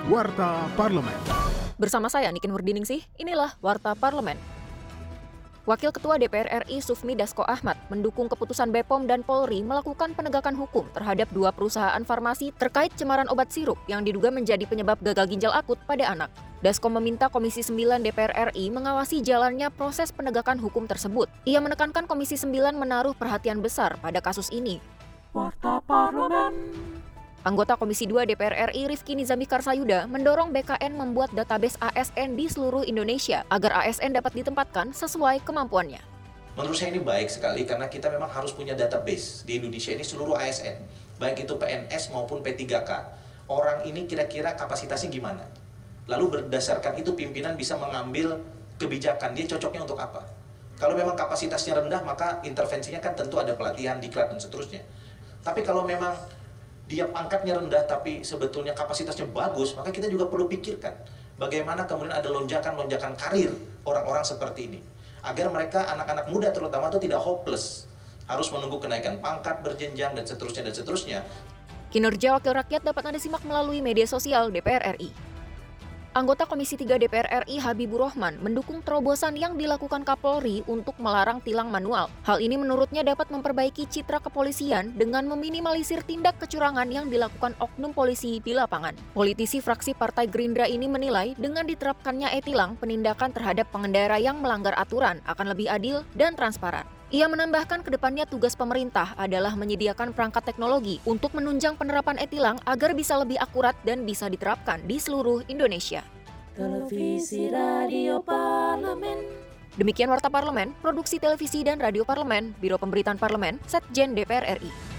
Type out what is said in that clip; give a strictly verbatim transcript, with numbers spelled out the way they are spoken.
Warta Parlemen. Bersama saya Niken Hurdiningsih, inilah Warta Parlemen. Wakil Ketua D P R R I Sufmi Dasko Ahmad mendukung keputusan B P O M dan Polri melakukan penegakan hukum terhadap dua perusahaan farmasi terkait cemaran obat sirup yang diduga menjadi penyebab gagal ginjal akut pada anak. Dasko meminta Komisi sembilan D P R R I mengawasi jalannya proses penegakan hukum tersebut. Ia menekankan Komisi sembilan menaruh perhatian besar pada kasus ini. Warta Parlemen. Anggota Komisi dua D P R R I Rifki Nizami Karsayuda mendorong B K N membuat database A S N di seluruh Indonesia agar A S N dapat ditempatkan sesuai kemampuannya. Menurut saya ini baik sekali karena kita memang harus punya database di Indonesia ini seluruh A S N, baik itu P N S maupun P tiga K. Orang ini kira-kira kapasitasnya gimana? Lalu berdasarkan itu pimpinan bisa mengambil kebijakan, dia cocoknya untuk apa? Kalau memang kapasitasnya rendah maka intervensinya kan tentu ada pelatihan, diklat dan seterusnya. Tapi kalau memang dia pangkatnya rendah tapi sebetulnya kapasitasnya bagus, maka kita juga perlu pikirkan bagaimana kemudian ada lonjakan-lonjakan karir orang-orang seperti ini. Agar mereka, anak-anak muda terutama itu tidak hopeless, harus menunggu kenaikan pangkat, berjenjang, dan seterusnya, dan seterusnya. Kinerja Wakil Rakyat dapat Anda simak melalui media sosial D P R R I. Anggota Komisi tiga D P R R I Habibur Rahman mendukung terobosan yang dilakukan Kapolri untuk melarang tilang manual. Hal ini menurutnya dapat memperbaiki citra kepolisian dengan meminimalisir tindak kecurangan yang dilakukan oknum polisi di lapangan. Politisi fraksi Partai Gerindra ini menilai dengan diterapkannya e-tilang, penindakan terhadap pengendara yang melanggar aturan akan lebih adil dan transparan. Ia menambahkan kedepannya tugas pemerintah adalah menyediakan perangkat teknologi untuk menunjang penerapan e-tilang agar bisa lebih akurat dan bisa diterapkan di seluruh Indonesia. Televisi Radio Parlemen. Demikian Warta Parlemen, Produksi Televisi dan Radio Parlemen, Biro Pemberitaan Parlemen, Setjen D P R R I.